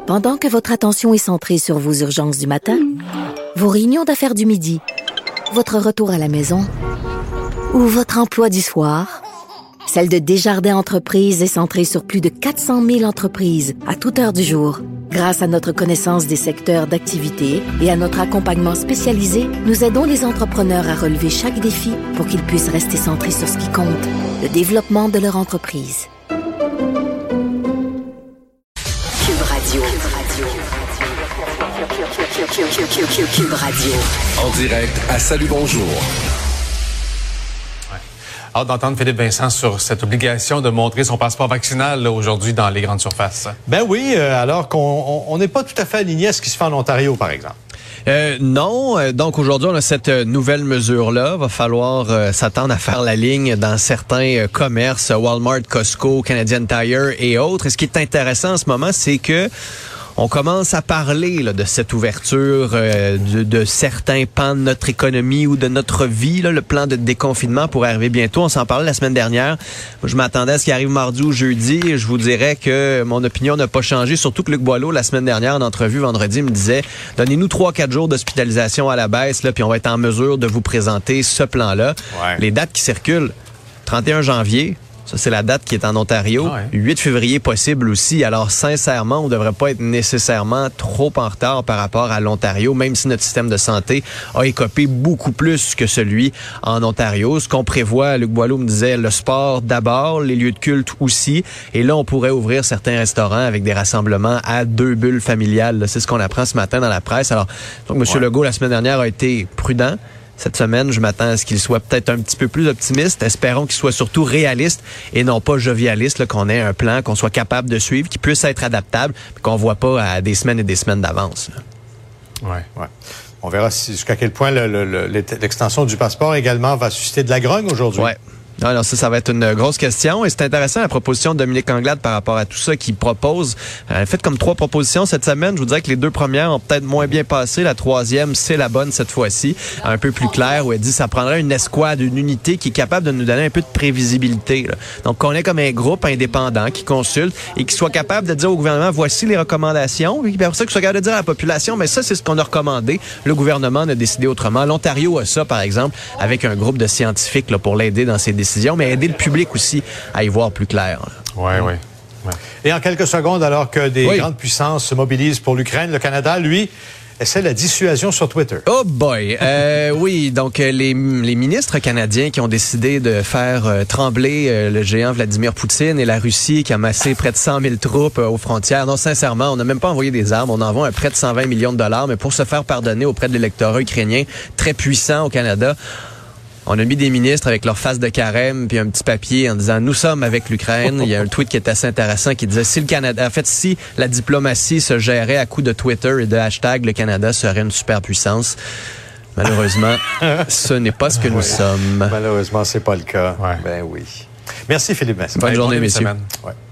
Pendant que votre attention est centrée sur vos urgences du matin, vos réunions d'affaires du midi, votre retour à la maison ou votre emploi du soir, celle de Desjardins Entreprises est centrée sur plus de 400 000 entreprises à toute heure du jour. Grâce à notre connaissance des secteurs d'activité et à notre accompagnement spécialisé, nous aidons les entrepreneurs à relever chaque défi pour qu'ils puissent rester centrés sur ce qui compte, le développement de leur entreprise. Cube Radio. Cube Radio. En direct à Salut Bonjour. Hâte d'entendre Philippe Vincent sur cette obligation de montrer son passeport vaccinal là, aujourd'hui dans les grandes surfaces. Ben oui, alors qu'on n'est pas tout à fait aligné à ce qui se fait en Ontario, par exemple. Non. Donc aujourd'hui, on a cette nouvelle mesure-là. Va falloir s'attendre à faire la ligne dans certains commerces, Walmart, Costco, Canadian Tire et autres. Et ce qui est intéressant en ce moment, c'est que on commence à parler là, de cette ouverture de certains pans de notre économie ou de notre vie. Là, le plan de déconfinement pourrait arriver bientôt. On s'en parlait la semaine dernière. Moi, je m'attendais à ce qui arrive mardi ou jeudi. Je vous dirais que mon opinion n'a pas changé. Surtout que Luc Boileau, la semaine dernière, en entrevue vendredi, me disait « Donnez-nous 3-4 jours d'hospitalisation à la baisse, là, puis on va être en mesure de vous présenter ce plan-là. Ouais. » Les dates qui circulent, 31 janvier. Ça, c'est la date qui est en Ontario. 8 février possible aussi. Alors, sincèrement, on ne devrait pas être nécessairement trop en retard par rapport à l'Ontario, même si notre système de santé a écopé beaucoup plus que celui en Ontario. Ce qu'on prévoit, Luc Boileau me disait, le sport d'abord, les lieux de culte aussi. Et là, on pourrait ouvrir certains restaurants avec des rassemblements à 2 bulles familiales. C'est ce qu'on apprend ce matin dans la presse. Alors, donc, M. Legault, la semaine dernière, a été prudent. Cette semaine, je m'attends à ce qu'il soit peut-être un petit peu plus optimiste. Espérons qu'il soit surtout réaliste et non pas jovialiste, là, qu'on ait un plan, qu'on soit capable de suivre, qui puisse être adaptable, mais qu'on voit pas à des semaines et des semaines d'avance. Ouais. On verra jusqu'à quel point l'extension du passeport également va susciter de la grogne aujourd'hui. Ouais. Alors ça va être une grosse question et c'est intéressant la proposition de Dominique Anglade par rapport à tout ça qui propose. Elle a fait comme 3 propositions cette semaine. Je vous dirais que les 2 premières ont peut-être moins bien passé. La 3e, c'est la bonne cette fois-ci, un peu plus claire où elle dit que ça prendrait une escouade, une unité qui est capable de nous donner un peu de prévisibilité. Là. Donc qu'on ait comme un groupe indépendant qui consulte et qui soit capable de dire au gouvernement voici les recommandations. Et puis après ça, qu'il soit capable de dire à la population mais ça c'est ce qu'on a recommandé. Le gouvernement a décidé autrement. L'Ontario a ça par exemple avec un groupe de scientifiques là, pour l'aider dans ses décisions, mais aider le public aussi à y voir plus clair. Oui. Et en quelques secondes, alors que des grandes puissances se mobilisent pour l'Ukraine, le Canada, lui, essaie la dissuasion sur Twitter. Oh boy! Oui, donc les ministres canadiens qui ont décidé de faire trembler le géant Vladimir Poutine et la Russie qui a amassé près de 100 000 troupes aux frontières. Non, sincèrement, on n'a même pas envoyé des armes. On envoie près de 120 millions de dollars, mais pour se faire pardonner auprès de l'électorat ukrainien très puissant au Canada, on a mis des ministres avec leur face de carême puis un petit papier en disant « Nous sommes avec l'Ukraine ». Il y a un tweet qui est assez intéressant qui disait « Si le Canada, en fait, si la diplomatie se gérait à coups de Twitter et de hashtag, le Canada serait une superpuissance ». Malheureusement, ce n'est pas ce que nous sommes. Malheureusement, c'est pas le cas. Ouais. Ben oui. Merci Philippe Vincent. Bonne journée, messieurs. Ouais.